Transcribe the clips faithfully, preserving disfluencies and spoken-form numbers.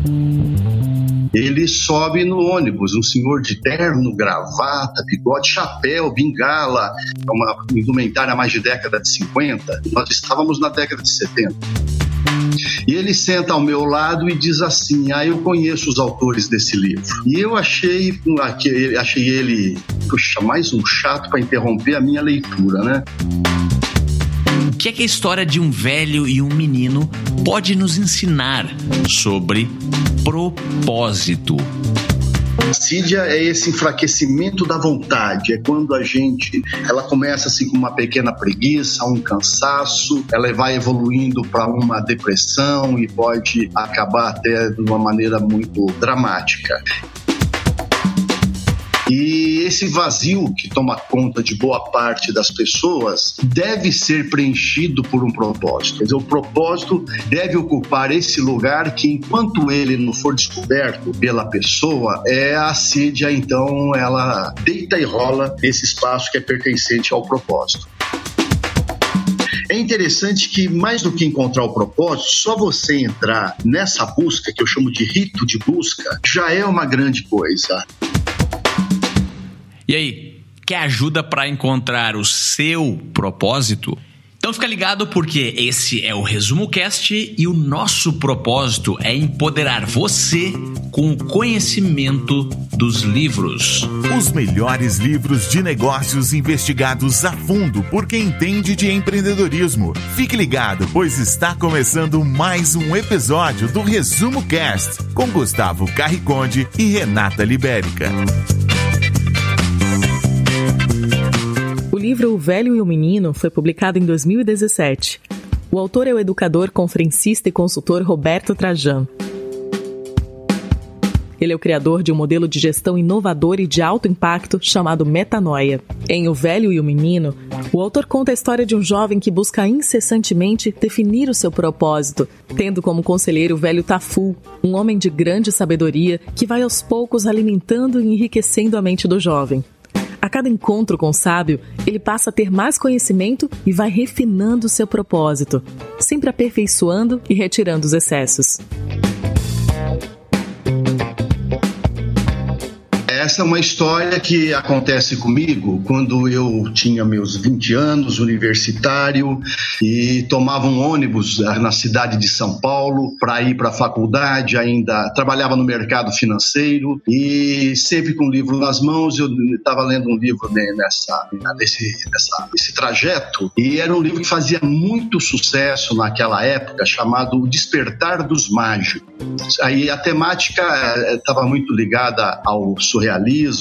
Ele sobe no ônibus, um senhor de terno, gravata, bigode, chapéu, bengala, uma indumentária mais de década de cinquenta. Nós estávamos na década de setenta. E ele senta ao meu lado e diz assim: ah, eu conheço os autores desse livro. E eu achei, achei ele, puxa, mais um chato para interromper a minha leitura, né? O que é que a história de um velho e um menino pode nos ensinar sobre propósito? Assídia é esse enfraquecimento da vontade, é quando a gente, ela começa assim com uma pequena preguiça, um cansaço, ela vai evoluindo para uma depressão e pode acabar até de uma maneira muito dramática. E esse vazio que toma conta de boa parte das pessoas deve ser preenchido por um propósito. Quer dizer, o propósito deve ocupar esse lugar que, enquanto ele não for descoberto pela pessoa, é a assídia, então ela deita e rola esse espaço que é pertencente ao propósito. É interessante que, mais do que encontrar o propósito, só você entrar nessa busca, que eu chamo de rito de busca, já é uma grande coisa. E aí, quer ajuda para encontrar o seu propósito? Então fica ligado, porque esse é o Resumo Cast e o nosso propósito é empoderar você com o conhecimento dos livros. Os melhores livros de negócios investigados a fundo por quem entende de empreendedorismo. Fique ligado, pois está começando mais um episódio do Resumo Cast com Gustavo Carriconde e Renata Libérica. O livro O Velho e o Menino foi publicado em dois mil e dezessete. O autor é o educador, conferencista e consultor Roberto Trajano. Ele é o criador de um modelo de gestão inovador e de alto impacto chamado Metanoia. Em O Velho e o Menino, o autor conta a história de um jovem que busca incessantemente definir o seu propósito, tendo como conselheiro o velho Tafu, um homem de grande sabedoria que vai aos poucos alimentando e enriquecendo a mente do jovem. A cada encontro com o sábio, ele passa a ter mais conhecimento e vai refinando seu propósito, sempre aperfeiçoando e retirando os excessos. Essa é uma história que acontece comigo quando eu tinha meus vinte anos, universitário, e tomava um ônibus na cidade de São Paulo para ir para a faculdade. Ainda trabalhava no mercado financeiro e sempre com um livro nas mãos. Eu estava lendo um livro nessa, nesse, nessa, nesse trajeto, e era um livro que fazia muito sucesso naquela época, chamado O Despertar dos Mágicos. Aí a temática estava muito ligada ao surrealismo,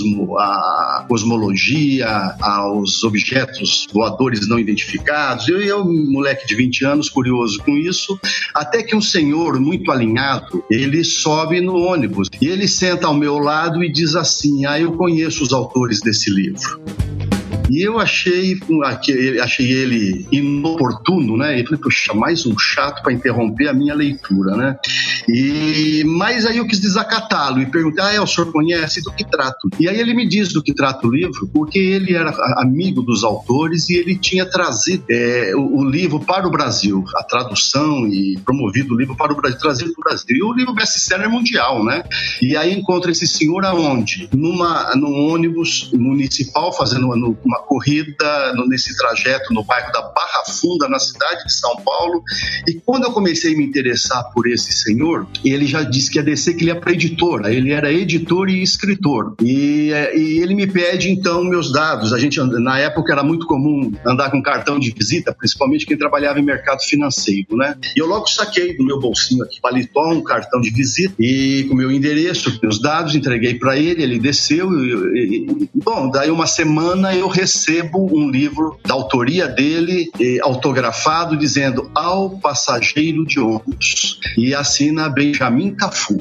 à cosmologia, aos objetos voadores não identificados. Eu, eu, moleque de vinte anos, curioso com isso, até que um senhor muito alinhado, ele sobe no ônibus e ele senta ao meu lado e diz assim: ah, eu conheço os autores desse livro. E eu achei, achei ele inoportuno, né? E falei, puxa, mais um chato para interromper a minha leitura, né? E, mas aí eu quis desacatá-lo e perguntei: ah, é, o senhor conhece? Do que trato? E aí ele me diz do que trata o livro, porque ele era amigo dos autores e ele tinha trazido é, o, o livro para o Brasil, a tradução e promovido o livro para o Brasil, trazido para o Brasil. E o livro best-seller mundial, né? E aí encontra esse senhor aonde? Numa, num ônibus municipal, fazendo uma, uma corrida nesse trajeto no bairro da Barra Funda, na cidade de São Paulo. E quando eu comecei a me interessar por esse senhor, ele já disse que ia descer, que ele ia para editora. Ele era editor e escritor. E, e ele me pede, então, meus dados. A gente, na época, era muito comum andar com cartão de visita, principalmente quem trabalhava em mercado financeiro, né? E eu logo saquei do meu bolsinho aqui, paletó, um cartão de visita, e com meu endereço, meus dados, entreguei para ele, ele desceu. E, e, bom, daí uma semana eu recebo um livro da autoria dele, eh, autografado, dizendo Ao Passageiro de Ônibus, e assina Benjamin Tafu.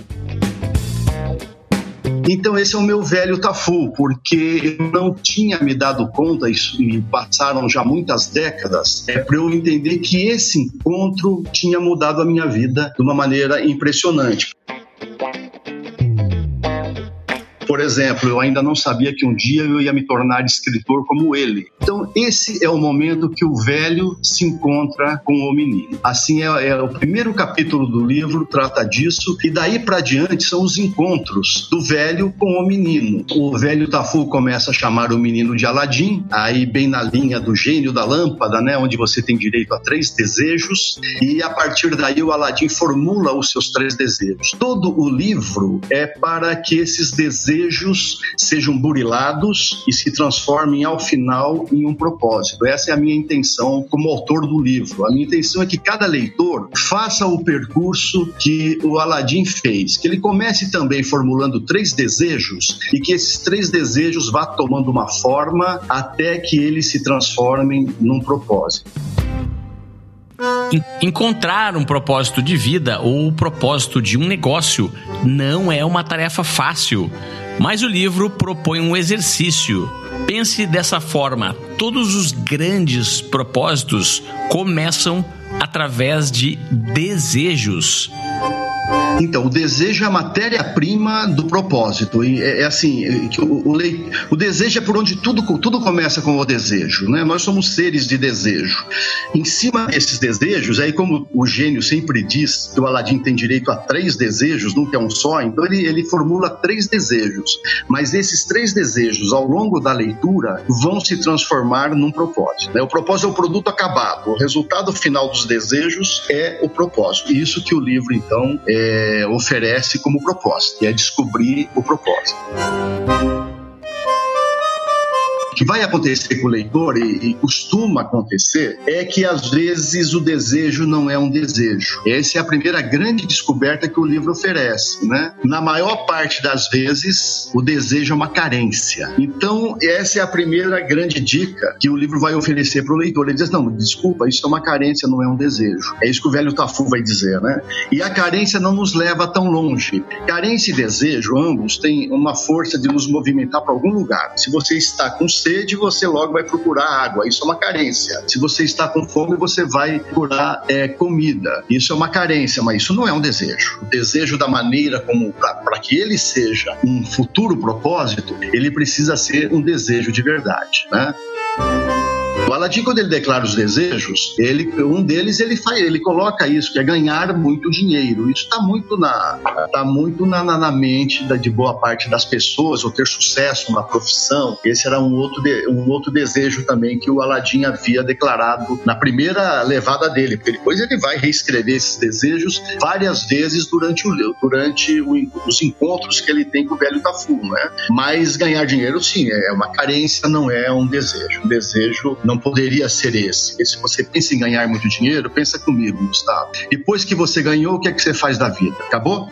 Então esse é o meu velho Tafu, porque eu não tinha me dado conta, isso, e passaram já muitas décadas, é, para eu entender que esse encontro tinha mudado a minha vida de uma maneira impressionante. Por exemplo, eu ainda não sabia que um dia eu ia me tornar escritor como ele. Então, esse é o momento que o velho se encontra com o menino. Assim, é, é o primeiro capítulo do livro, trata disso, e daí para diante são os encontros do velho com o menino. O velho Tafur começa a chamar o menino de Aladim, aí bem na linha do gênio da lâmpada, né, onde você tem direito a três desejos, e a partir daí o Aladim formula os seus três desejos. Todo o livro é para que esses desejos sejam burilados e se transformem ao final em um propósito. Essa é a minha intenção como autor do livro. A minha intenção é que cada leitor faça o percurso que o Aladim fez, que ele comece também formulando três desejos e que esses três desejos vá tomando uma forma até que eles se transformem num propósito. Encontrar um propósito de vida ou o propósito de um negócio não é uma tarefa fácil, mas o livro propõe um exercício. Pense dessa forma: todos os grandes propósitos começam através de desejos. Então, o desejo é a matéria-prima do propósito. E é, é assim, o, o, o desejo é por onde tudo, tudo começa com o desejo, né? Nós somos seres de desejo. Em cima desses desejos, aí como o gênio sempre diz que o Aladim tem direito a três desejos, nunca é um só, então ele, ele formula três desejos. Mas esses três desejos, ao longo da leitura, vão se transformar num propósito, né? O propósito é o produto acabado. O resultado final dos desejos é o propósito. E isso que o livro, então, é É, oferece como propósito, que é descobrir o propósito. O que vai acontecer com o leitor, e, e costuma acontecer, é que às vezes o desejo não é um desejo. Essa é a primeira grande descoberta que o livro oferece, né? Na maior parte das vezes, o desejo é uma carência. Então, essa é a primeira grande dica que o livro vai oferecer para o leitor. Ele diz, não, desculpa, isso é uma carência, não é um desejo. É isso que o velho Tafur vai dizer, né? E a carência não nos leva tão longe. Carência e desejo, ambos, têm uma força de nos movimentar para algum lugar. Se você está com sede, você logo vai procurar água. Isso é uma carência. Se você está com fome, você vai procurar é, comida. Isso é uma carência, mas isso não é um desejo. O desejo da maneira como, para que ele seja um futuro propósito, ele precisa ser um desejo de verdade, né? O Aladim, quando ele declara os desejos, ele, um deles ele, faz, ele coloca isso, que é ganhar muito dinheiro. Isso está muito, na, tá muito na, na, na mente da, de boa parte das pessoas, ou ter sucesso na profissão. Esse era um outro, de, um outro desejo também que o Aladim havia declarado na primeira levada dele, porque depois ele vai reescrever esses desejos várias vezes durante, o, durante o, os encontros que ele tem com o velho Tafur, né? Mas ganhar dinheiro, sim, é uma carência, não é um desejo. Um desejo não poderia ser esse. E se você pensa em ganhar muito dinheiro, pensa comigo, Gustavo. Depois que você ganhou, o que é que você faz da vida? Acabou?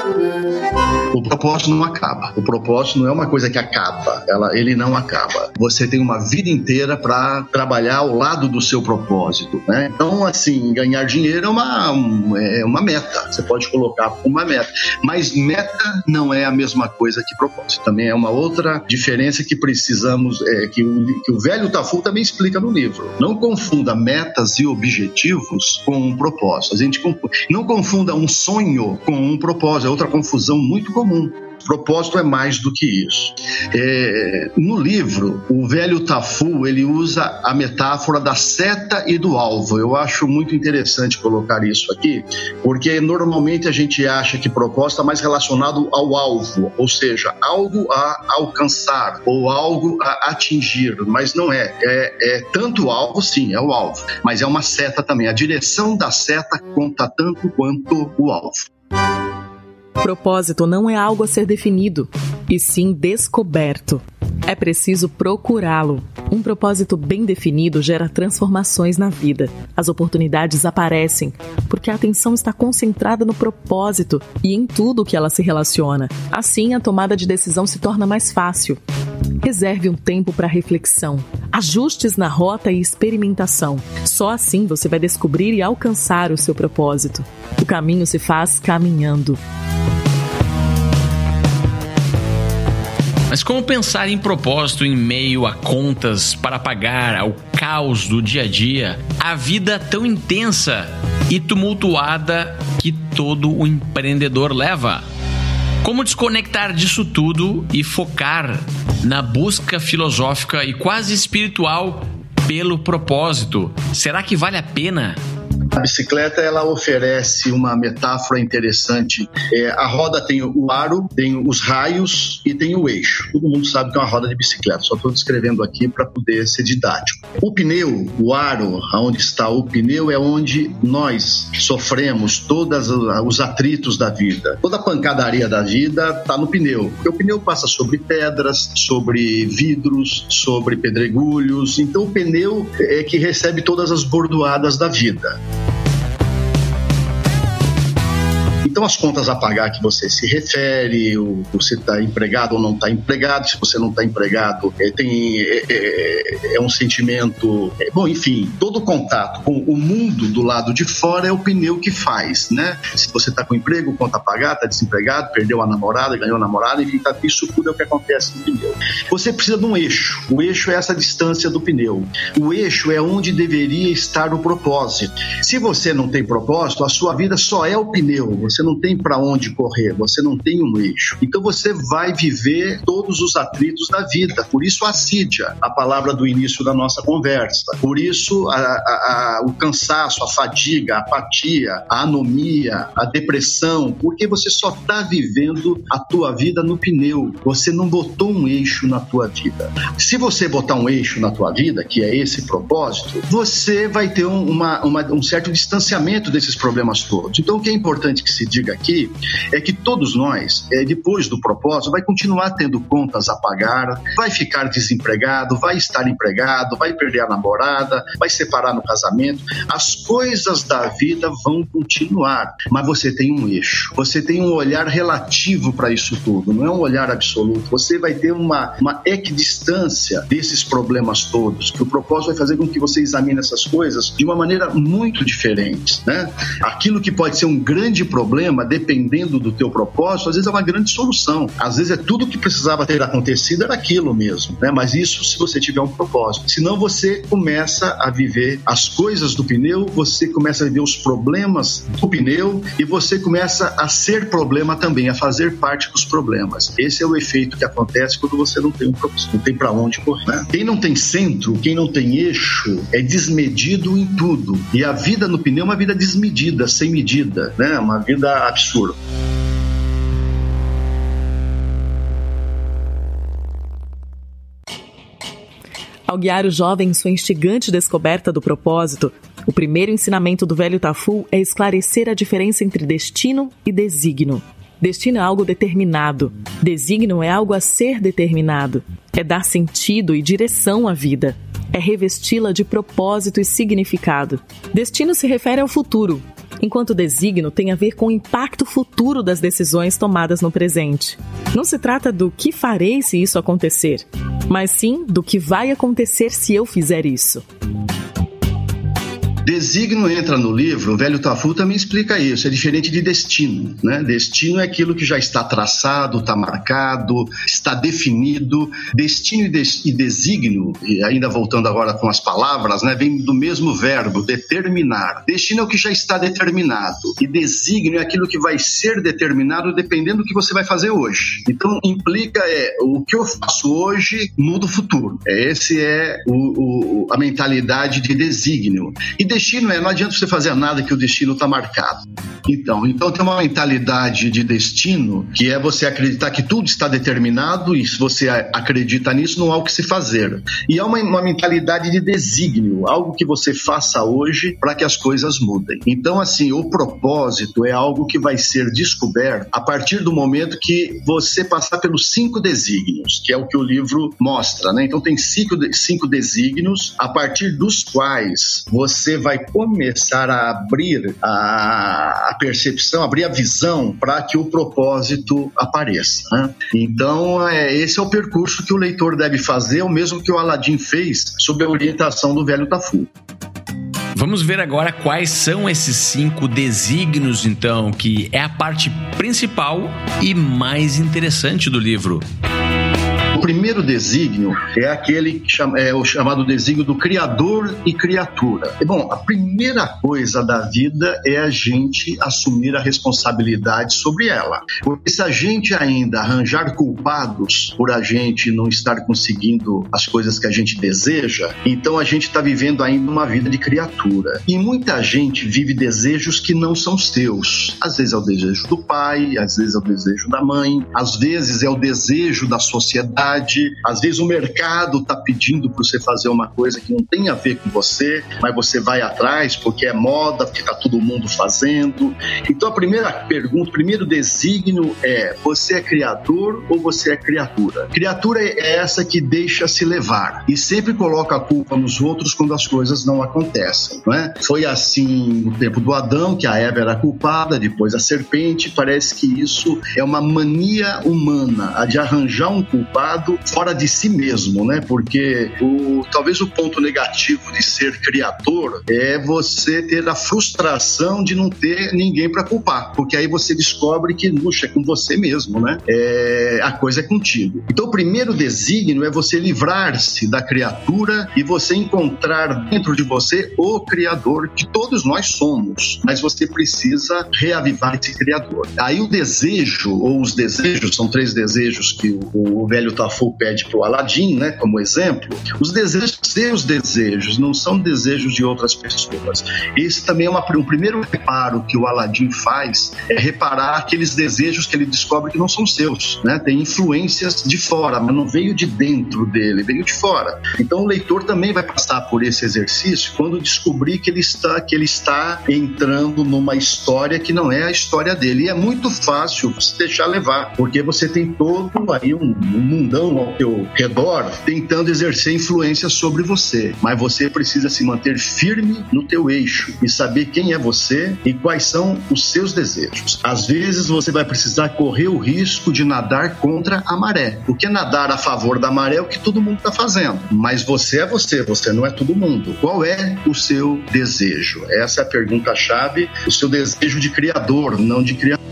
O propósito não acaba. O propósito não é uma coisa que acaba. Ela, ele não acaba. Você tem uma vida inteira para trabalhar ao lado do seu propósito, né? Então, assim, ganhar dinheiro é uma, um, é uma meta. Você pode colocar uma meta. Mas meta não é a mesma coisa que propósito. Também é uma outra diferença que precisamos, é, que, o, que o velho Tafur também explica no livro. Não confunda metas e objetivos com um propósito. A gente não confunda um sonho com um propósito. É outra confusão muito comum. Propósito é mais do que isso. É, no livro, o velho Tafur, ele usa a metáfora da seta e do alvo. Eu acho muito interessante colocar isso aqui, porque normalmente a gente acha que propósito está mais relacionado ao alvo, ou seja, algo a alcançar ou algo a atingir, mas não é. É, é tanto o alvo, sim, é o alvo, mas é uma seta também. A direção da seta conta tanto quanto o alvo. Propósito não é algo a ser definido, e sim descoberto. É preciso procurá-lo. Um propósito bem definido gera transformações na vida. As oportunidades aparecem, porque a atenção está concentrada no propósito e em tudo que ela se relaciona. Assim, a tomada de decisão se torna mais fácil. Reserve um tempo para reflexão, ajustes na rota e experimentação. Só assim você vai descobrir e alcançar o seu propósito. O caminho se faz caminhando. Mas como pensar em propósito em meio a contas para pagar, ao caos do dia a dia, a vida tão intensa e tumultuada que todo o empreendedor leva? Como desconectar disso tudo e focar na busca filosófica e quase espiritual pelo propósito? Será que vale a pena? A bicicleta, ela oferece uma metáfora interessante. É, a roda tem o aro, tem os raios e tem o eixo. Todo mundo sabe que é uma roda de bicicleta, só estou descrevendo aqui para poder ser didático. O pneu, o aro, onde está o pneu, é onde nós sofremos todos os atritos da vida. Toda a pancadaria da vida está no pneu. Porque o pneu passa sobre pedras, sobre vidros, sobre pedregulhos. Então o pneu é que recebe todas as bordoadas da vida. Então, as contas a pagar que você se refere, o, você está empregado ou não está empregado, se você não está empregado, é, tem, é, é, é um sentimento... É, bom, enfim, todo o contato com o mundo do lado de fora é o pneu que faz, né? Se você está com emprego, conta a pagar, está desempregado, perdeu a namorada, ganhou a namorada, enfim, tá, isso tudo é o que acontece no pneu. Você precisa de um eixo. O eixo é essa distância do pneu. O eixo é onde deveria estar o propósito. Se você não tem propósito, a sua vida só é o pneu. Você não tem para onde correr, você não tem um eixo. Então você vai viver todos os atritos da vida. Por isso a assídia, a palavra do início da nossa conversa. Por isso a, a, a, o cansaço, a fadiga, a apatia, a anomia, a depressão, porque você só está vivendo a tua vida no pneu. Você não botou um eixo na tua vida. Se você botar um eixo na tua vida, que é esse propósito, você vai ter um, uma, uma, um certo distanciamento desses problemas todos. Então o que é importante que se diga aqui é que todos nós, é, depois do propósito, vai continuar tendo contas a pagar, vai ficar desempregado, vai estar empregado, vai perder a namorada, vai separar no casamento. As coisas da vida vão continuar, mas você tem um eixo, você tem um olhar relativo para isso tudo, não é um olhar absoluto. Você vai ter uma, uma equidistância desses problemas todos, que o propósito vai fazer com que você examine essas coisas de uma maneira muito diferente, né? Aquilo que pode ser um grande problema, dependendo do teu propósito, às vezes é uma grande solução. Às vezes é tudo que precisava ter acontecido, era aquilo mesmo, né? Mas isso se você tiver um propósito. Senão você começa a viver as coisas do pneu, você começa a viver os problemas do pneu e você começa a ser problema também, a fazer parte dos problemas. Esse é o efeito que acontece quando você não tem um propósito, não tem para onde correr, né? Quem não tem centro, quem não tem eixo, é desmedido em tudo. E a vida no pneu é uma vida desmedida, sem medida, né? Uma vida absurdo. Ao guiar o jovem em sua instigante descoberta do propósito, o primeiro ensinamento do velho Tafur é esclarecer a diferença entre destino e desígnio. Destino é algo determinado, desígnio é algo a ser determinado, é dar sentido e direção à vida, é revesti-la de propósito e significado. Destino se refere ao futuro, enquanto desígnio tem a ver com o impacto futuro das decisões tomadas no presente. Não se trata do que farei se isso acontecer, mas sim do que vai acontecer se eu fizer isso. Desígnio entra no livro, o velho Tafur também explica isso, é diferente de destino, né? Destino é aquilo que já está traçado, está marcado, está definido. Destino e, des- e desígnio, e ainda voltando agora com as palavras, né, vem do mesmo verbo, determinar. Destino é o que já está determinado e desígnio é aquilo que vai ser determinado dependendo do que você vai fazer hoje. Então implica é, o que eu faço hoje muda o futuro. Esse é o, o, a mentalidade de desígnio. E destino é, não adianta você fazer nada que o destino está marcado. Então, então tem uma mentalidade de destino que é você acreditar que tudo está determinado e se você acredita nisso não há o que se fazer. E é uma, uma mentalidade de desígnio, algo que você faça hoje para que as coisas mudem. Então, assim, o propósito é algo que vai ser descoberto a partir do momento que você passar pelos cinco desígnios, que é o que o livro mostra, né? Então tem cinco, cinco desígnios a partir dos quais você vai começar a abrir a, a percepção, abrir a visão para que o propósito apareça, né? Então, é, esse é o percurso que o leitor deve fazer, o mesmo que o Aladim fez sob a orientação do velho Tafur. Vamos ver agora quais são esses cinco desígnios, então, que é a parte principal e mais interessante do livro. primeiro desígnio é aquele que chama, é o chamado desígnio do criador e criatura. E, bom, a primeira coisa da vida é a gente assumir a responsabilidade sobre ela. Porque se a gente ainda arranjar culpados por a gente não estar conseguindo as coisas que a gente deseja, então a gente está vivendo ainda uma vida de criatura. E muita gente vive desejos que não são seus. Às vezes é o desejo do pai, às vezes é o desejo da mãe, às vezes é o desejo da sociedade, às vezes o mercado está pedindo para você fazer uma coisa que não tem a ver com você, mas você vai atrás porque é moda, porque está todo mundo fazendo. Então a primeira pergunta, o primeiro desígnio é: você é criador ou você é criatura? Criatura é essa que deixa se levar e sempre coloca a culpa nos outros quando as coisas não acontecem, não é? Foi assim no tempo do Adão, que a Eva era culpada, depois a serpente. Parece que isso é uma mania humana, a de arranjar um culpado fora de si mesmo, né? Porque o, talvez o ponto negativo de ser criador é você ter a frustração de não ter ninguém para culpar, porque aí você descobre que, puxa, é com você mesmo, né? É, a coisa é contigo. Então o primeiro desígnio é você livrar-se da criatura e você encontrar dentro de você o criador que todos nós somos, mas você precisa reavivar esse criador. Aí o desejo, ou os desejos, são três desejos que o, o velho Tafur pede para o Aladim, né, como exemplo. Os desejos, seus desejos, não são desejos de outras pessoas. Esse também é uma, um primeiro reparo que o Aladim faz, é reparar aqueles desejos que ele descobre que não são seus, né? Tem influências de fora, mas não veio de dentro dele, veio de fora. Então o leitor também vai passar por esse exercício quando descobrir que ele está, que ele está entrando numa história que não é a história dele. E é muito fácil se deixar levar, porque você tem todo aí um, um mundão ao teu redor tentando exercer influência sobre você, mas você precisa se manter firme no teu eixo e saber quem é você e quais são os seus desejos. Às vezes você vai precisar correr o risco de nadar contra a maré, porque nadar a favor da maré é o que todo mundo está fazendo, mas você é você, você não é todo mundo. Qual é o seu desejo? Essa é a pergunta-chave, o seu desejo de criador, não de criador.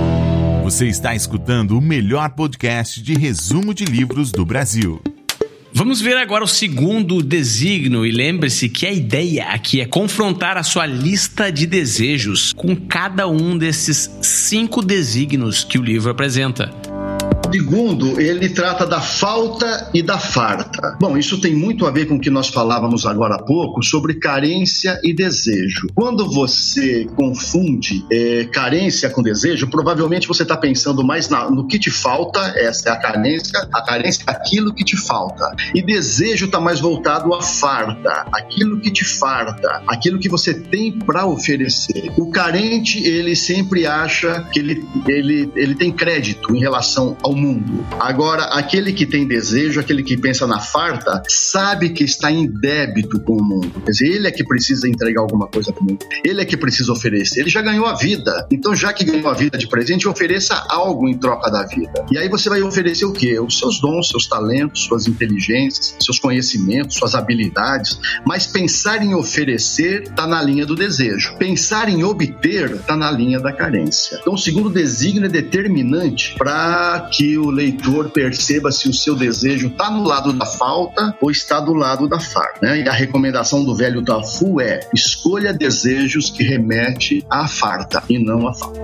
Você está escutando o melhor podcast de resumo de livros do Brasil. Vamos ver agora o segundo desígnio e lembre-se que a ideia aqui é confrontar a sua lista de desejos com cada um desses cinco desígnios que o livro apresenta. Segundo, ele trata da falta e da farta. Bom, isso tem muito a ver com o que nós falávamos agora há pouco sobre carência e desejo. Quando você confunde é, carência com desejo, provavelmente você está pensando mais na, no que te falta, essa é a carência, a carência é aquilo que te falta. E desejo está mais voltado à farta, aquilo que te farta, aquilo que você tem para oferecer. O carente, ele sempre acha que ele, ele, ele tem crédito em relação ao mundo. Agora, aquele que tem desejo, aquele que pensa na farta, sabe que está em débito com o mundo. Quer dizer, ele é que precisa entregar alguma coisa para o mundo. Ele é que precisa oferecer. Ele já ganhou a vida. Então, já que ganhou a vida de presente, ofereça algo em troca da vida. E aí você vai oferecer o quê? Os seus dons, seus talentos, suas inteligências, seus conhecimentos, suas habilidades. Mas pensar em oferecer está na linha do desejo. Pensar em obter está na linha da carência. Então, o segundo desígnio é determinante para que o leitor perceba se o seu desejo está no lado da falta ou está do lado da farta, né? E a recomendação do velho Tafur é: escolha desejos que remete à farta e não à falta.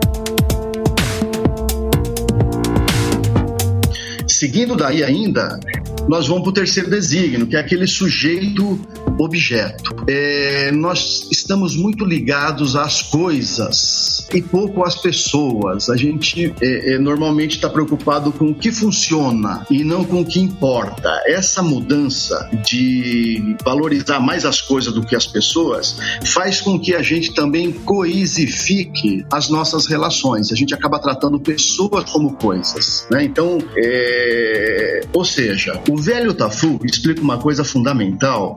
Seguindo daí ainda, nós vamos para o terceiro desígnio, que é aquele sujeito objeto. É, nós estamos muito ligados às coisas e pouco às pessoas. A gente é, é, normalmente está preocupado com o que funciona e não com o que importa. Essa mudança de valorizar mais as coisas do que as pessoas faz com que a gente também coisifique as nossas relações. A gente acaba tratando pessoas como coisas, né? Então, é, ou seja, o velho Tafur explica uma coisa fundamental, que é a diferença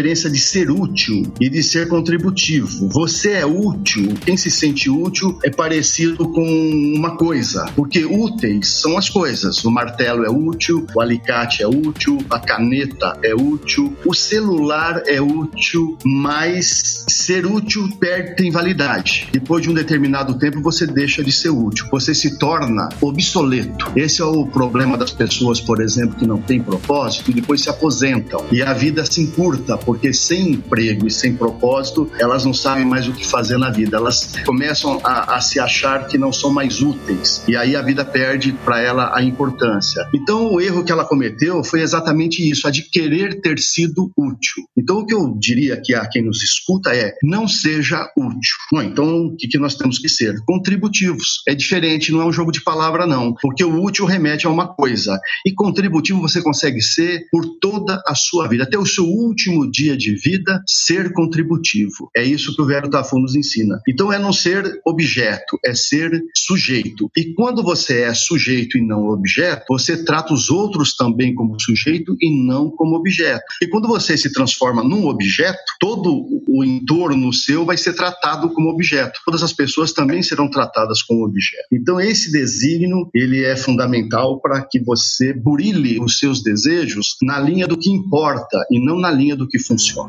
diferença de ser útil e de ser contributivo. Você é útil, quem se sente útil é parecido com uma coisa, porque úteis são as coisas. O martelo é útil, o alicate é útil, a caneta é útil, o celular é útil, mas ser útil perde tem validade. Depois de um determinado tempo você deixa de ser útil, você se torna obsoleto. Esse é o problema das pessoas, por exemplo, que não têm propósito e depois se aposentam. E a vida se encurta, porque sem emprego e sem propósito, elas não sabem mais o que fazer na vida. Elas começam a, a se achar que não são mais úteis. E aí a vida perde para ela a importância. Então o erro que ela cometeu foi exatamente isso, a de querer ter sido útil. Então o que eu diria aqui a quem nos escuta é, não seja útil. Bom, então o que, que nós temos que ser? Contributivos. É diferente, não é um jogo de palavra não, porque o útil remete a uma coisa. E contributivo você consegue ser por toda a sua vida, até o seu último dia de vida, ser contributivo. É isso que o Velho Tafur nos ensina. Então é não ser objeto, é ser sujeito. E quando você é sujeito e não objeto, você trata os outros também como sujeito e não como objeto. E quando você se transforma num objeto, todo o entorno seu vai ser tratado como objeto. Todas as pessoas também serão tratadas como objeto. Então esse desígnio, ele é fundamental para que você burile os seus desejos na linha do que importa e não na linha do que funciona.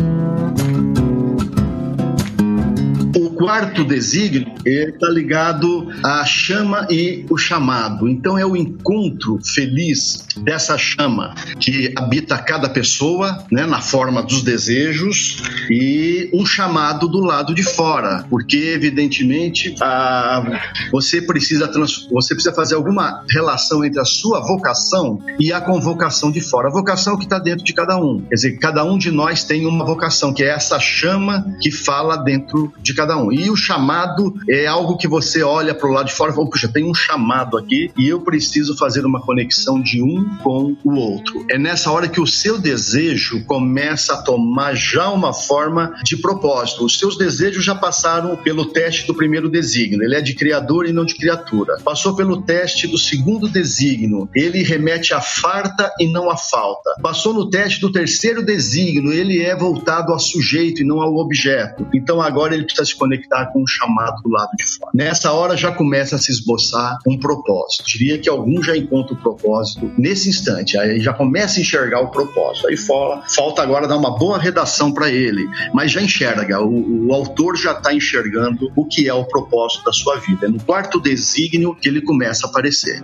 O quarto desígnio está ligado à chama e o chamado. Então é o encontro feliz dessa chama que habita cada pessoa, né, na forma dos desejos, e um chamado do lado de fora, porque evidentemente a, você, precisa trans, você precisa fazer alguma relação entre a sua vocação e a convocação de fora. A vocação que está dentro de cada um. Quer dizer, cada um de nós tem uma vocação, que é essa chama que fala dentro de cada um. E o chamado é algo que você olha para o lado de fora e fala, puxa, tem um chamado aqui e eu preciso fazer uma conexão de um com o outro. É nessa hora que o seu desejo começa a tomar já uma forma de propósito. Os seus desejos já passaram pelo teste do primeiro desígnio. Ele é de criador e não de criatura. Passou pelo teste do segundo desígnio. Ele remete à farta e não à falta. Passou no teste do terceiro desígnio. Ele é voltado ao sujeito e não ao objeto. Então agora ele precisa se conectar com um chamado do lado de fora. Nessa hora já começa a se esboçar um propósito. Diria que alguns já encontram o propósito nesse instante, aí já começa a enxergar o propósito. Aí fala, falta agora dar uma boa redação para ele, mas já enxerga, o, o autor já está enxergando o que é o propósito da sua vida. É no quarto desígnio que ele começa a aparecer.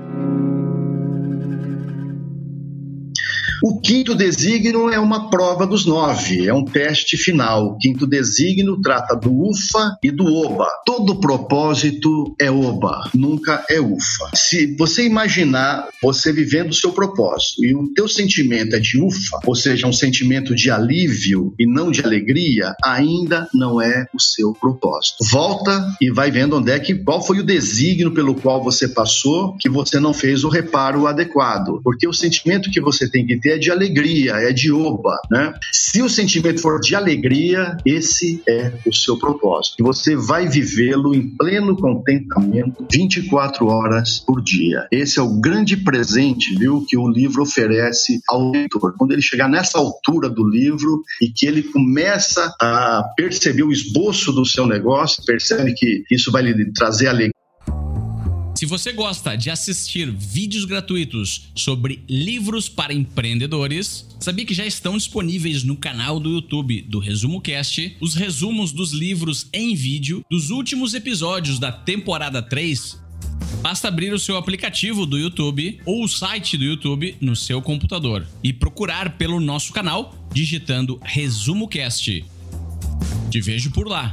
O quinto desígnio é uma prova dos nove, é um teste final. O quinto desígnio trata do ufa e do oba. Todo propósito é oba, nunca é ufa. Se você imaginar você vivendo o seu propósito e o teu sentimento é de ufa, ou seja, um sentimento de alívio e não de alegria, ainda não é o seu propósito. Volta e vai vendo onde é que, qual foi o desígnio pelo qual você passou, que você não fez o reparo adequado. Porque o sentimento que você tem que ter é de alegria, é de oba, né? Se o sentimento for de alegria, esse é o seu propósito. E você vai vivê-lo em pleno contentamento vinte e quatro horas por dia. Esse é o grande presente, viu, que o livro oferece ao leitor. Quando ele chegar nessa altura do livro e que ele começa a perceber o esboço do seu negócio, percebe que isso vai lhe trazer alegria. Se você gosta de assistir vídeos gratuitos sobre livros para empreendedores, sabia que já estão disponíveis no canal do YouTube do Resumo Cast os resumos dos livros em vídeo dos últimos episódios da temporada três? Basta abrir o seu aplicativo do YouTube ou o site do YouTube no seu computador e procurar pelo nosso canal digitando Resumo Cast. Te vejo por lá.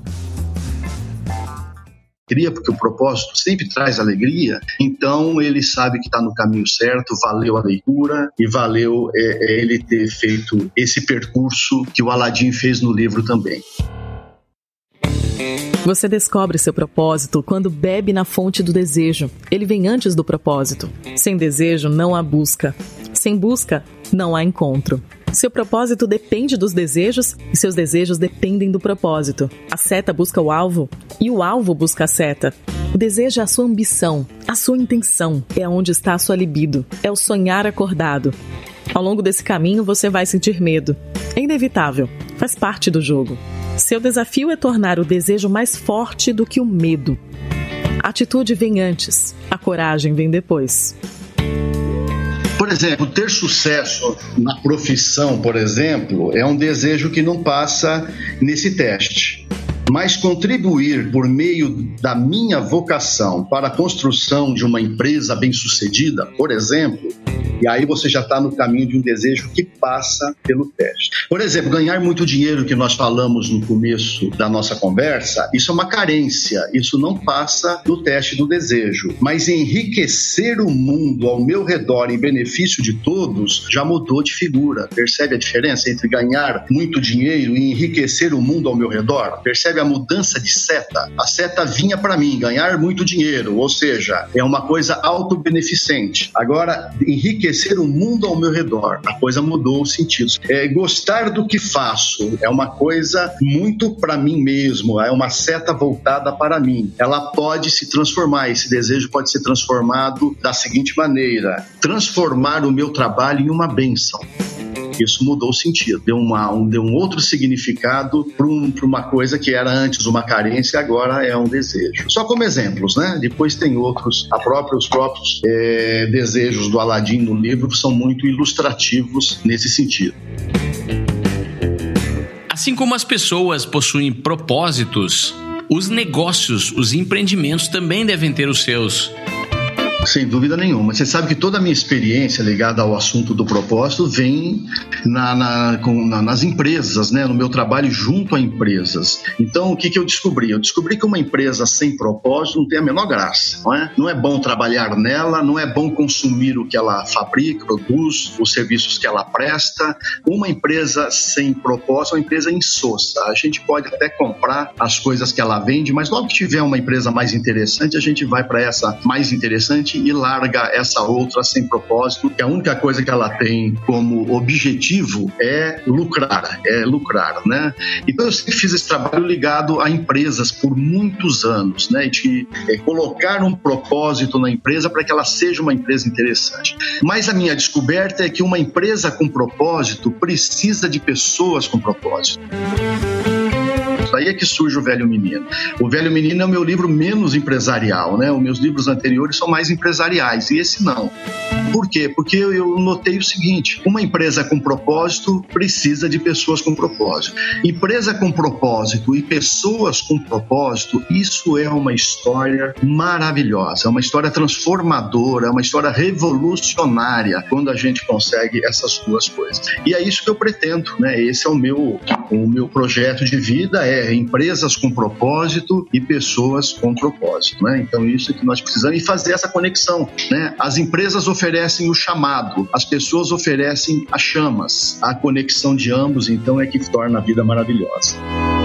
Porque o propósito sempre traz alegria, então ele sabe que está no caminho certo, valeu a leitura e valeu é, é, ele ter feito esse percurso que o Aladim fez no livro também. Você descobre seu propósito quando bebe na fonte do desejo. Ele vem antes do propósito. Sem desejo não há busca. Sem busca não há encontro. Seu propósito depende dos desejos e seus desejos dependem do propósito. A seta busca o alvo e o alvo busca a seta. O desejo é a sua ambição, a sua intenção, é onde está a sua libido, é o sonhar acordado. Ao longo desse caminho, você vai sentir medo. É inevitável, faz parte do jogo. Seu desafio é tornar o desejo mais forte do que o medo. A atitude vem antes, a coragem vem depois. Por exemplo, ter sucesso na profissão, por exemplo, é um desejo que não passa nesse teste. Mas contribuir por meio da minha vocação para a construção de uma empresa bem-sucedida, por exemplo, e aí você já está no caminho de um desejo que passa pelo teste. Por exemplo, ganhar muito dinheiro, que nós falamos no começo da nossa conversa, isso é uma carência, isso não passa no teste do desejo. Mas enriquecer o mundo ao meu redor em benefício de todos já mudou de figura. Percebe a diferença entre ganhar muito dinheiro e enriquecer o mundo ao meu redor? Percebe a mudança de seta? A seta vinha para mim, ganhar muito dinheiro, ou seja, é uma coisa autobeneficente. Agora, enriquecer o mundo ao meu redor, a coisa mudou o sentido. É, gostar do que faço é uma coisa muito para mim mesmo, é uma seta voltada para mim. Ela pode se transformar, esse desejo pode ser transformado da seguinte maneira: transformar o meu trabalho em uma bênção. Isso mudou o sentido, deu, uma, um, deu um outro significado para um, uma coisa que era antes uma carência, agora é um desejo. Só como exemplos, né? Depois tem outros, a própria, os próprios é, desejos do Aladim no livro são muito ilustrativos nesse sentido. Assim como as pessoas possuem propósitos, os negócios, os empreendimentos também devem ter os seus. Sem dúvida nenhuma. Você sabe que toda a minha experiência ligada ao assunto do propósito vem na, na, com, na, nas empresas, né? No meu trabalho junto a empresas. Então, o que, que eu descobri? Eu descobri que uma empresa sem propósito não tem a menor graça, não é? Não é bom trabalhar nela, não é bom consumir o que ela fabrica, produz, os serviços que ela presta. Uma empresa sem propósito é uma empresa insossa. A gente pode até comprar as coisas que ela vende, mas logo que tiver uma empresa mais interessante, a gente vai para essa mais interessante e larga essa outra sem propósito, que a única coisa que ela tem como objetivo é lucrar, é lucrar, né? Então eu sempre fiz esse trabalho ligado a empresas por muitos anos, né? De é, colocar um propósito na empresa para que ela seja uma empresa interessante. Mas a minha descoberta é que uma empresa com propósito precisa de pessoas com propósito. Daí é que surge o Velho Menino. O Velho Menino é o meu livro menos empresarial, né? Os meus livros anteriores são mais empresariais, e esse não. Por quê? Porque eu notei o seguinte: uma empresa com propósito precisa de pessoas com propósito. Empresa com propósito e pessoas com propósito, isso é uma história maravilhosa, é uma história transformadora, é uma história revolucionária quando a gente consegue essas duas coisas. E é isso que eu pretendo, né? Esse é o meu, o meu projeto de vida, é empresas com propósito e pessoas com propósito, né? Então isso é que nós precisamos, e fazer essa conexão, né? As empresas oferecem o chamado, as pessoas oferecem as chamas, a conexão de ambos, então é que torna a vida maravilhosa.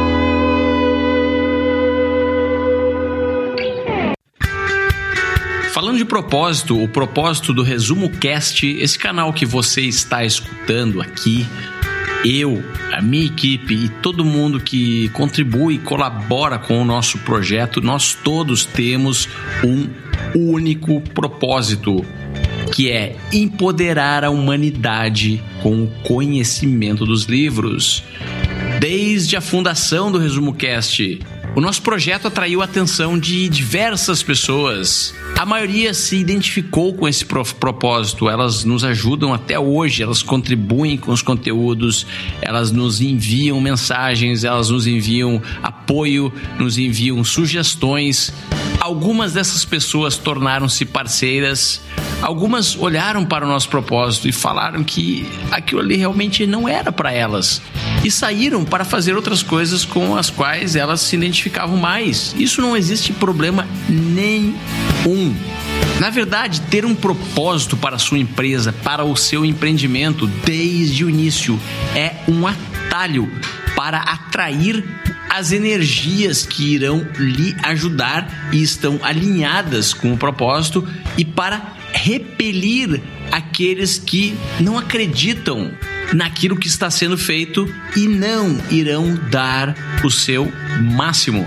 Falando de propósito, o propósito do Resumo Cast, esse canal que você está escutando aqui, eu, a minha equipe e todo mundo que contribui e colabora com o nosso projeto, nós todos temos um único propósito, que é empoderar a humanidade com o conhecimento dos livros. Desde a fundação do Resumo Cast, o nosso projeto atraiu a atenção de diversas pessoas. A maioria se identificou com esse propósito, elas nos ajudam até hoje, elas contribuem com os conteúdos, elas nos enviam mensagens, elas nos enviam apoio, nos enviam sugestões. Algumas dessas pessoas tornaram-se parceiras, algumas olharam para o nosso propósito e falaram que aquilo ali realmente não era para elas e saíram para fazer outras coisas com as quais elas se identificavam mais. Isso não existe problema nenhum. Na verdade, ter um propósito para a sua empresa, para o seu empreendimento desde o início é um atalho para atrair as energias que irão lhe ajudar e estão alinhadas com o propósito, e para repelir aqueles que não acreditam naquilo que está sendo feito e não irão dar o seu máximo.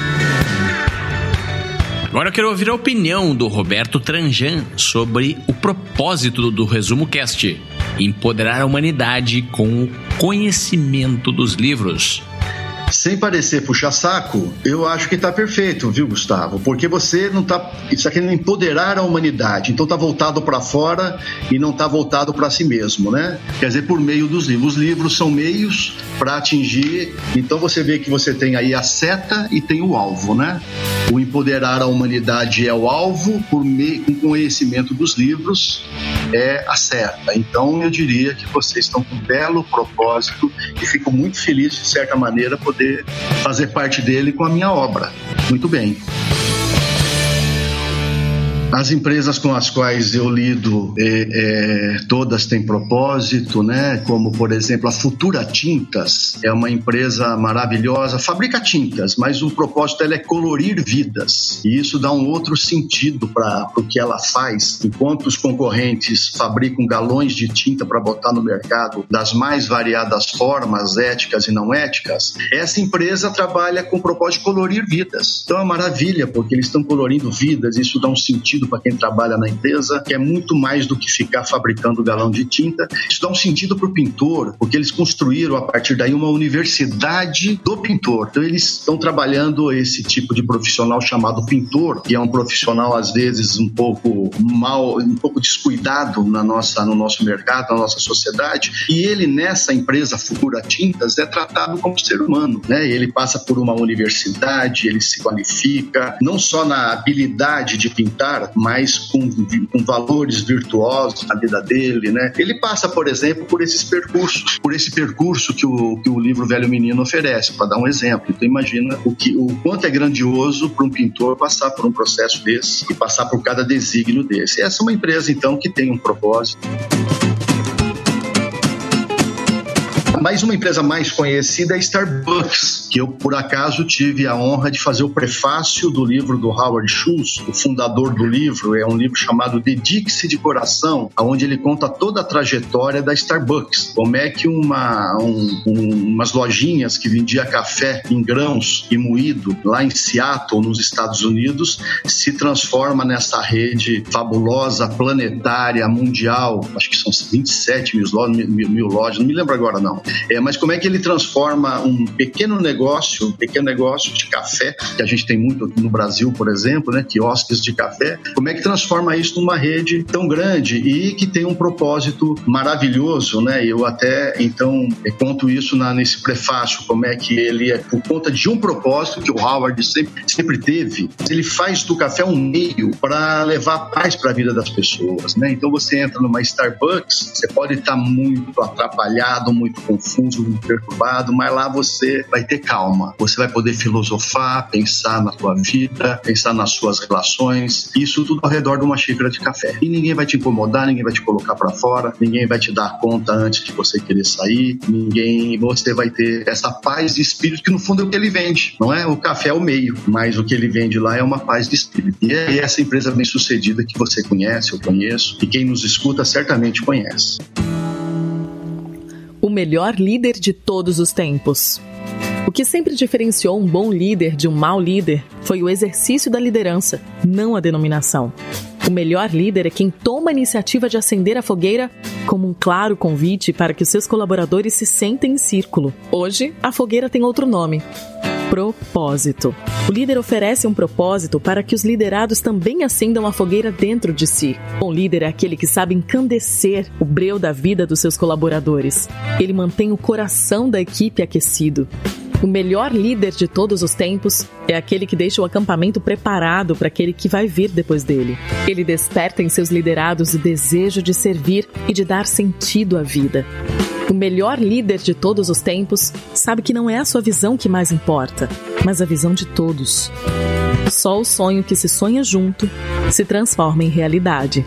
Agora eu quero ouvir a opinião do Roberto Tranjan sobre o propósito do Resumo Cast. empoderar a humanidade com o conhecimento dos livros. Sem parecer puxa-saco, eu acho que está perfeito, viu, Gustavo? Porque você não está está querendo empoderar a humanidade, então está voltado para fora e não está voltado para si mesmo, né? Quer dizer, por meio dos livros. Os livros são meios para atingir, então você vê que você tem aí a seta e tem o alvo, né? O empoderar a humanidade é o alvo, por meio, com conhecimento dos livros é a seta. Então eu diria que vocês estão com um belo propósito e fico muito feliz, de certa maneira, poder fazer parte dele com a minha obra. Muito bem. As empresas com as quais eu lido, é, é, todas têm propósito, né? Como, por exemplo, a Futura Tintas é uma empresa maravilhosa, fabrica tintas, mas o propósito dela é colorir vidas. E isso dá um outro sentido para o que ela faz. Enquanto os concorrentes fabricam galões de tinta para botar no mercado das mais variadas formas, éticas e não éticas, essa empresa trabalha com o propósito de colorir vidas. Então é uma maravilha, porque eles estão colorindo vidas, isso dá um sentido para quem trabalha na empresa, que é muito mais do que ficar fabricando galão de tinta. Isso dá um sentido para o pintor, porque eles construíram a partir daí uma universidade do pintor. Então eles estão trabalhando esse tipo de profissional chamado pintor, que é um profissional às vezes um pouco mal, um pouco descuidado na nossa, no nosso mercado, na nossa sociedade, e ele nessa empresa Futura Tintas é tratado como ser humano, né? Ele passa por uma universidade, ele se qualifica, não só na habilidade de pintar, mas com, com valores virtuosos na vida dele, né? Ele passa, por exemplo, por esses percursos, por esse percurso que o, que o livro Velho Menino oferece, para dar um exemplo. Então imagina o, que, o quanto é grandioso para um pintor passar por um processo desse e passar por cada desígnio desse. Essa é uma empresa, então, que tem um propósito. Mas uma empresa mais conhecida é Starbucks, que eu, por acaso, tive a honra de fazer o prefácio do livro do Howard Schultz, o fundador do livro. É um livro chamado Dedique-se de Coração, onde ele conta toda a trajetória da Starbucks. Como é que uma, um, um, umas lojinhas que vendia café em grãos e moído lá em Seattle, nos Estados Unidos, se transforma nessa rede fabulosa, planetária, mundial. Acho que são vinte e sete mil lojas, mil, mil lojas, não me lembro agora não. É, mas como é que ele transforma um pequeno negócio, um pequeno negócio de café, que a gente tem muito aqui no Brasil, por exemplo, né, quiosques de café, como é que transforma isso numa rede tão grande e que tem um propósito maravilhoso, né? Eu até, então, conto isso na, nesse prefácio, como é que ele, é por conta de um propósito que o Howard sempre, sempre teve, ele faz do café um meio para levar paz para a vida das pessoas, né? Então você entra numa Starbucks, você pode estar muito atrapalhado, muito confuso, muito perturbado, mas lá você vai ter calma. Você vai poder filosofar, pensar na sua vida, pensar nas suas relações, isso tudo ao redor de uma xícara de café. E ninguém vai te incomodar, ninguém vai te colocar para fora, ninguém vai te dar conta antes de você querer sair, ninguém, você vai ter essa paz de espírito que no fundo é o que ele vende, não é? O café é o meio, mas o que ele vende lá é uma paz de espírito. E é essa empresa bem sucedida que você conhece, eu conheço, e quem nos escuta certamente conhece. O melhor líder de todos os tempos. O que sempre diferenciou um bom líder de um mau líder foi o exercício da liderança, não a denominação. O melhor líder é quem toma a iniciativa de acender a fogueira como um claro convite para que os seus colaboradores se sentem em círculo. Hoje, a fogueira tem outro nome: propósito. O líder oferece um propósito para que os liderados também acendam a fogueira dentro de si. Um líder é aquele que sabe encandecer o breu da vida dos seus colaboradores. Ele mantém o coração da equipe aquecido. O melhor líder de todos os tempos é aquele que deixa o acampamento preparado para aquele que vai vir depois dele. Ele desperta em seus liderados o desejo de servir e de dar sentido à vida. O melhor líder de todos os tempos sabe que não é a sua visão que mais importa, mas a visão de todos. Só o sonho que se sonha junto se transforma em realidade.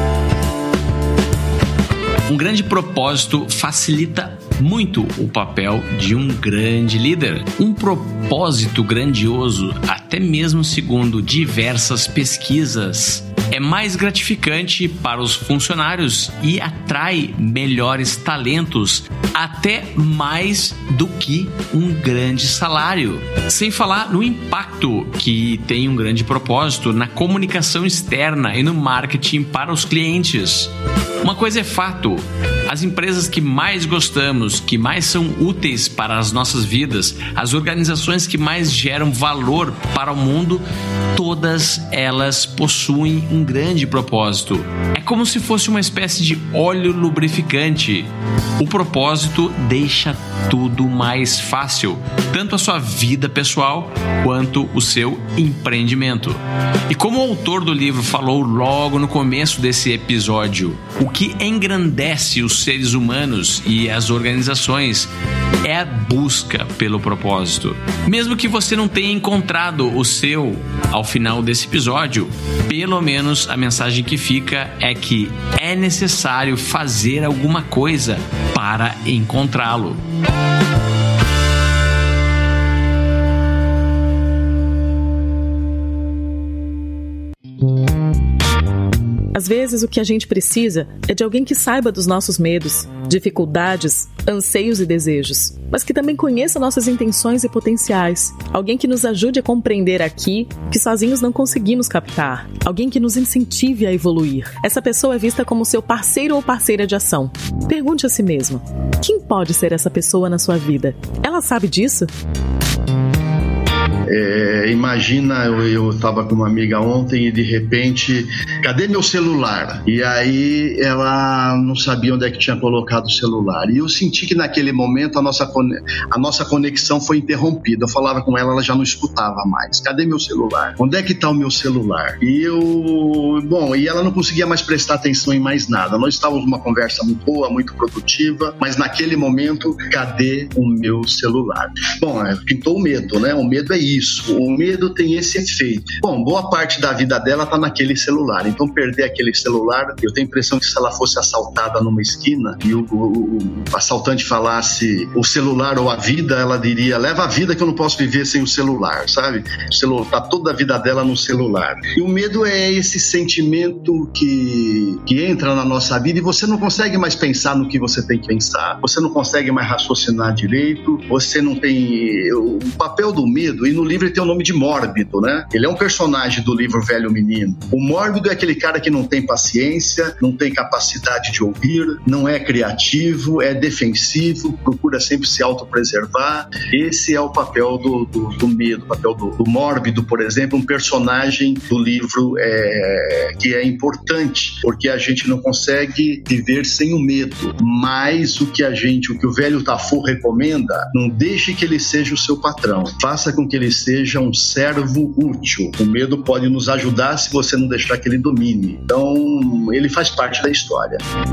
Um grande propósito facilita muito o papel de um grande líder. Um propósito grandioso, até mesmo segundo diversas pesquisas, é mais gratificante para os funcionários e atrai melhores talentos, até mais do que um grande salário. Sem falar no impacto que tem um grande propósito na comunicação externa e no marketing para os clientes. Uma coisa é fato: As empresas que mais gostamos, que mais são úteis para as nossas vidas, as organizações que mais geram valor para o mundo, todas elas possuem um grande propósito. É como se fosse uma espécie de óleo lubrificante. O propósito deixa tudo mais fácil, tanto a sua vida pessoal quanto o seu empreendimento. E como o autor do livro falou logo no começo desse episódio, o que engrandece os seres humanos e as organizações é a busca pelo propósito. Mesmo que você não tenha encontrado o seu ao final desse episódio, pelo menos a mensagem que fica é que é necessário fazer alguma coisa para encontrá-lo. Às vezes, o que a gente precisa é de alguém que saiba dos nossos medos, dificuldades, anseios e desejos, mas que também conheça nossas intenções e potenciais. Alguém que nos ajude a compreender aqui que sozinhos não conseguimos captar. Alguém que nos incentive a evoluir. Essa pessoa é vista como seu parceiro ou parceira de ação. Pergunte a si mesmo: quem pode ser essa pessoa na sua vida? Ela sabe disso? É, imagina, eu estava com uma amiga ontem e de repente, cadê meu celular? E aí ela não sabia onde é que tinha colocado o celular. E eu senti que naquele momento a nossa, a nossa conexão foi interrompida. Eu falava com ela, ela já não escutava mais. Cadê meu celular? Onde é que está o meu celular? E eu, bom, e ela não conseguia mais prestar atenção em mais nada. Nós estávamos numa conversa muito boa, muito produtiva, mas naquele momento, cadê o meu celular? Bom, pintou o medo, né? O medo é isso. Isso, o medo tem esse efeito. Bom, boa parte da vida dela está naquele celular, então perder aquele celular, eu tenho a impressão que se ela fosse assaltada numa esquina e o, o, o assaltante falasse o celular ou a vida, ela diria, leva a vida que eu não posso viver sem o celular, sabe? O celular, tá toda a vida dela no celular. E o medo é esse sentimento que, que entra na nossa vida e você não consegue mais pensar no que você tem que pensar, você não consegue mais raciocinar direito, você não tem... O papel do medo, e no livro ele tem o nome de Mórbido, né? Ele é um personagem do livro Velho Menino. O Mórbido é aquele cara que não tem paciência, não tem capacidade de ouvir, não é criativo, é defensivo, procura sempre se autopreservar. Esse é o papel do, do, do medo, o papel do, do Mórbido, por exemplo, um personagem do livro é, que é importante, porque a gente não consegue viver sem o medo. Mas o que a gente, o que o velho Tafur recomenda, não deixe que ele seja o seu patrão. Faça com que ele seja um servo útil. O medo pode nos ajudar se você não deixar que ele domine. Então, ele faz parte da história.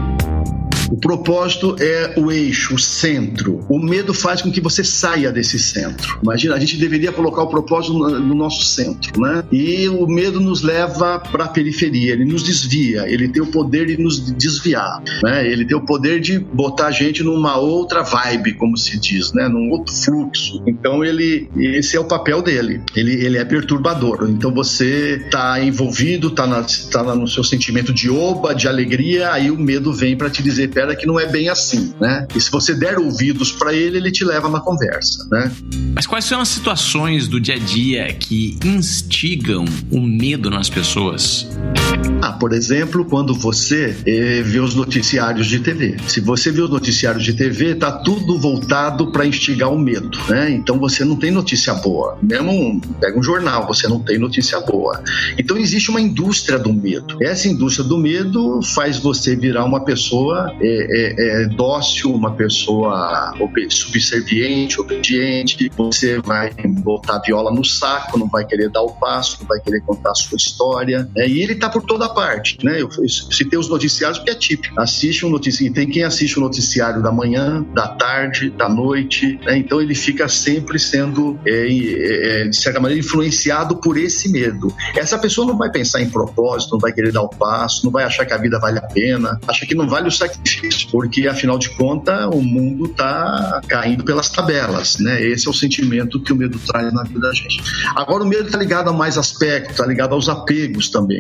O propósito é o eixo, o centro. O medo faz com que você saia desse centro. Imagina, a gente deveria colocar o propósito no, no nosso centro, né? E o medo nos leva para a periferia, ele nos desvia, ele tem o poder de nos desviar, né? Ele tem o poder de botar a gente numa outra vibe, como se diz, né? Num outro fluxo. Então, ele, esse é o papel dele. Ele, ele é perturbador. Então, você está envolvido, está tá no seu sentimento de oba, de alegria, aí o medo vem para te dizer, espera que não é bem assim, né? E se você der ouvidos para ele, ele te leva na conversa, né? Mas quais são as situações do dia a dia que instigam o medo nas pessoas? Ah, por exemplo, quando você eh, vê os noticiários de T V. Se você vê os noticiários de T V, tá tudo voltado para instigar o medo, né? Então você não tem notícia boa. Mesmo um, pega um jornal, você não tem notícia boa. Então existe uma indústria do medo. Essa indústria do medo faz você virar uma pessoa é, é, é, dócil, uma pessoa subserviente, obediente. Você vai botar a viola no saco, não vai querer dar o passo, não vai querer contar a sua história, né? E ele tá por toda parte, né? Eu citei os noticiários porque é típico. Assiste um noticiário, tem quem assiste o noticiário da manhã, da tarde, da noite, né? Então ele fica sempre sendo, é, é, de certa maneira, influenciado por esse medo. Essa pessoa não vai pensar em propósito, não vai querer dar o passo, não vai achar que a vida vale a pena, acha que não vale o sacrifício, porque afinal de contas o mundo está caindo pelas tabelas, né? Esse é o sentimento que o medo traz na vida da gente. Agora o medo está ligado a mais aspectos, está ligado aos apegos também. Quando eu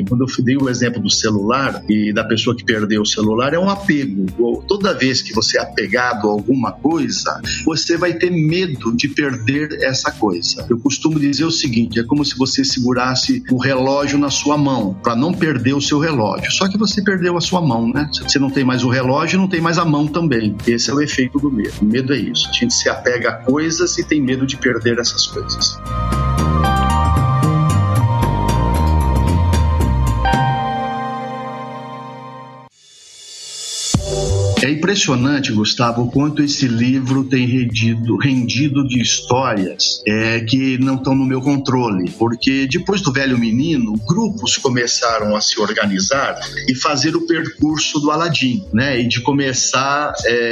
dei o exemplo do celular e da pessoa que perdeu o celular, é um apego. Toda vez que você é apegado a alguma coisa, você vai ter medo de perder essa coisa. Eu costumo dizer o seguinte, é como se você segurasse o relógio na sua mão, para não perder o seu relógio. Só que você perdeu a sua mão, né? Você não tem mais o relógio, não tem mais a mão também. Esse é o efeito do medo. O medo é isso. A gente se apega a coisas e tem medo de perder essas coisas. É impressionante, Gustavo, o quanto esse livro tem rendido, rendido de histórias é, que não estão no meu controle, porque depois do Velho Menino, grupos começaram a se organizar e fazer o percurso do Aladim, né? E de começar,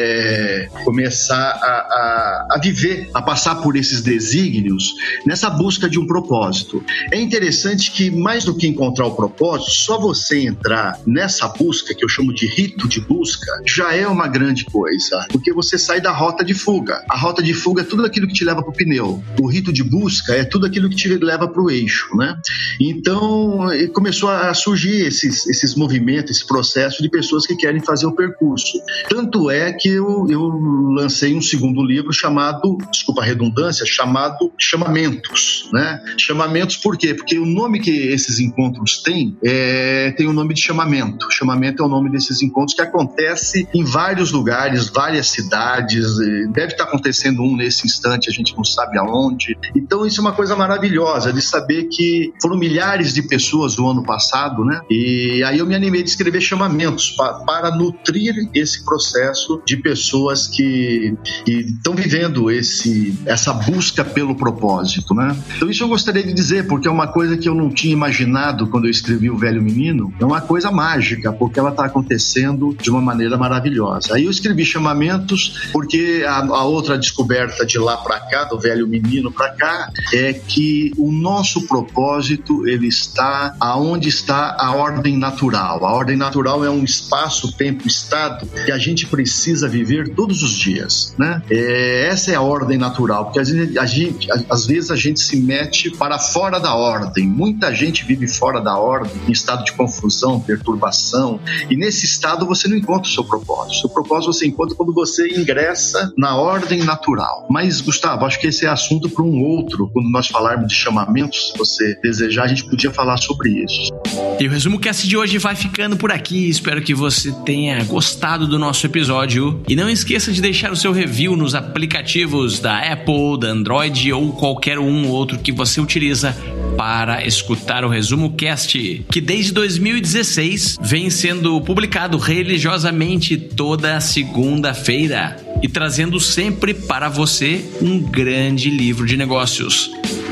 é, começar a, a, a viver, a passar por esses desígnios nessa busca de um propósito. É interessante que, mais do que encontrar o propósito, só você entrar nessa busca, que eu chamo de rito de busca, já é uma grande coisa, porque você sai da rota de fuga. A rota de fuga é tudo aquilo que te leva para o pneu. O rito de busca é tudo aquilo que te leva para o eixo, né? Então, começou a surgir esses, esses movimentos, esse processo de pessoas que querem fazer o percurso. Tanto é que eu, eu lancei um segundo livro chamado, desculpa a redundância, chamado Chamamentos, né? Chamamentos por quê? Porque o nome que esses encontros têm é, tem o nome de chamamento. Chamamento é o nome desses encontros que acontece em vários lugares, várias cidades, deve estar acontecendo um nesse instante, a gente não sabe aonde. Então isso é uma coisa maravilhosa de saber que foram milhares de pessoas no ano passado, né? E aí eu me animei de escrever chamamentos para, para nutrir esse processo de pessoas que estão vivendo esse, essa busca pelo propósito, né? Então isso eu gostaria de dizer, porque é uma coisa que eu não tinha imaginado quando eu escrevi O Velho Menino, é uma coisa mágica, porque ela está acontecendo de uma maneira maravilhosa. Aí eu escrevi chamamentos porque a, a outra descoberta de lá para cá, do Velho Menino para cá, é que o nosso propósito, ele está aonde está a ordem natural. A ordem natural é um espaço, tempo, estado que a gente precisa viver todos os dias, né? É, essa é a ordem natural, porque a gente, a gente, às vezes a gente se mete para fora da ordem. Muita gente vive fora da ordem, em estado de confusão, perturbação, e nesse estado você não encontra o seu propósito. O seu propósito você encontra quando você ingressa na ordem natural. Mas, Gustavo, acho que esse é assunto para um outro. Quando nós falarmos de chamamentos, se você desejar, a gente podia falar sobre isso. E o Resumo Cast de hoje vai ficando por aqui. Espero que você tenha gostado do nosso episódio. E não esqueça de deixar o seu review nos aplicativos da Apple, da Android ou qualquer um outro que você utiliza para escutar o Resumo Cast, que desde dois mil e dezesseis vem sendo publicado religiosamente toda segunda-feira e trazendo sempre para você um grande livro de negócios.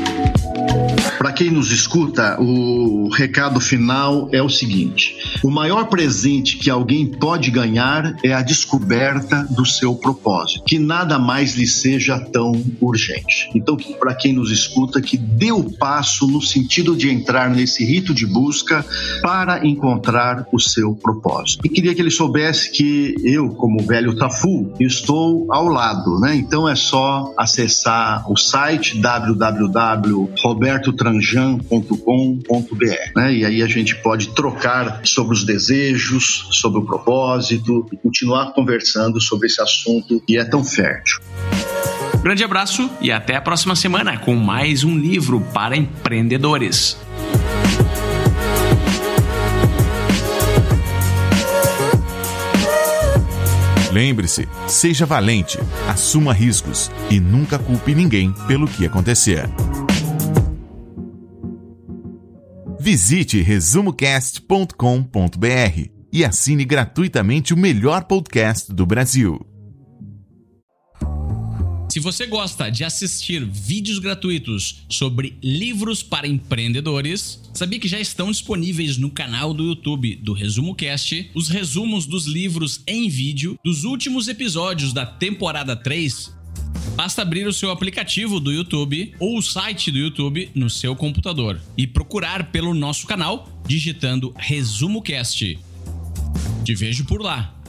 Para quem nos escuta, o recado final é o seguinte: o maior presente que alguém pode ganhar é a descoberta do seu propósito, que nada mais lhe seja tão urgente. Então, para quem nos escuta, que dê o passo no sentido de entrar nesse rito de busca para encontrar o seu propósito. E queria que ele soubesse que eu, como velho Tafu, estou ao lado, né? Então é só acessar o site w w w ponto roberto tranjan ponto com ponto b r, né? E aí a gente pode trocar sobre os desejos, sobre o propósito e continuar conversando sobre esse assunto que é tão fértil. Grande abraço e até a próxima semana com mais um livro para empreendedores. Lembre-se, seja valente, assuma riscos e nunca culpe ninguém pelo que acontecer. Visite resumo cast ponto com ponto b r e assine gratuitamente o melhor podcast do Brasil. Se você gosta de assistir vídeos gratuitos sobre livros para empreendedores, sabia que já estão disponíveis no canal do YouTube do Resumo Cast os resumos dos livros em vídeo dos últimos episódios da temporada três? Basta abrir o seu aplicativo do YouTube ou o site do YouTube no seu computador e procurar pelo nosso canal digitando Resumo Cast. Te vejo por lá.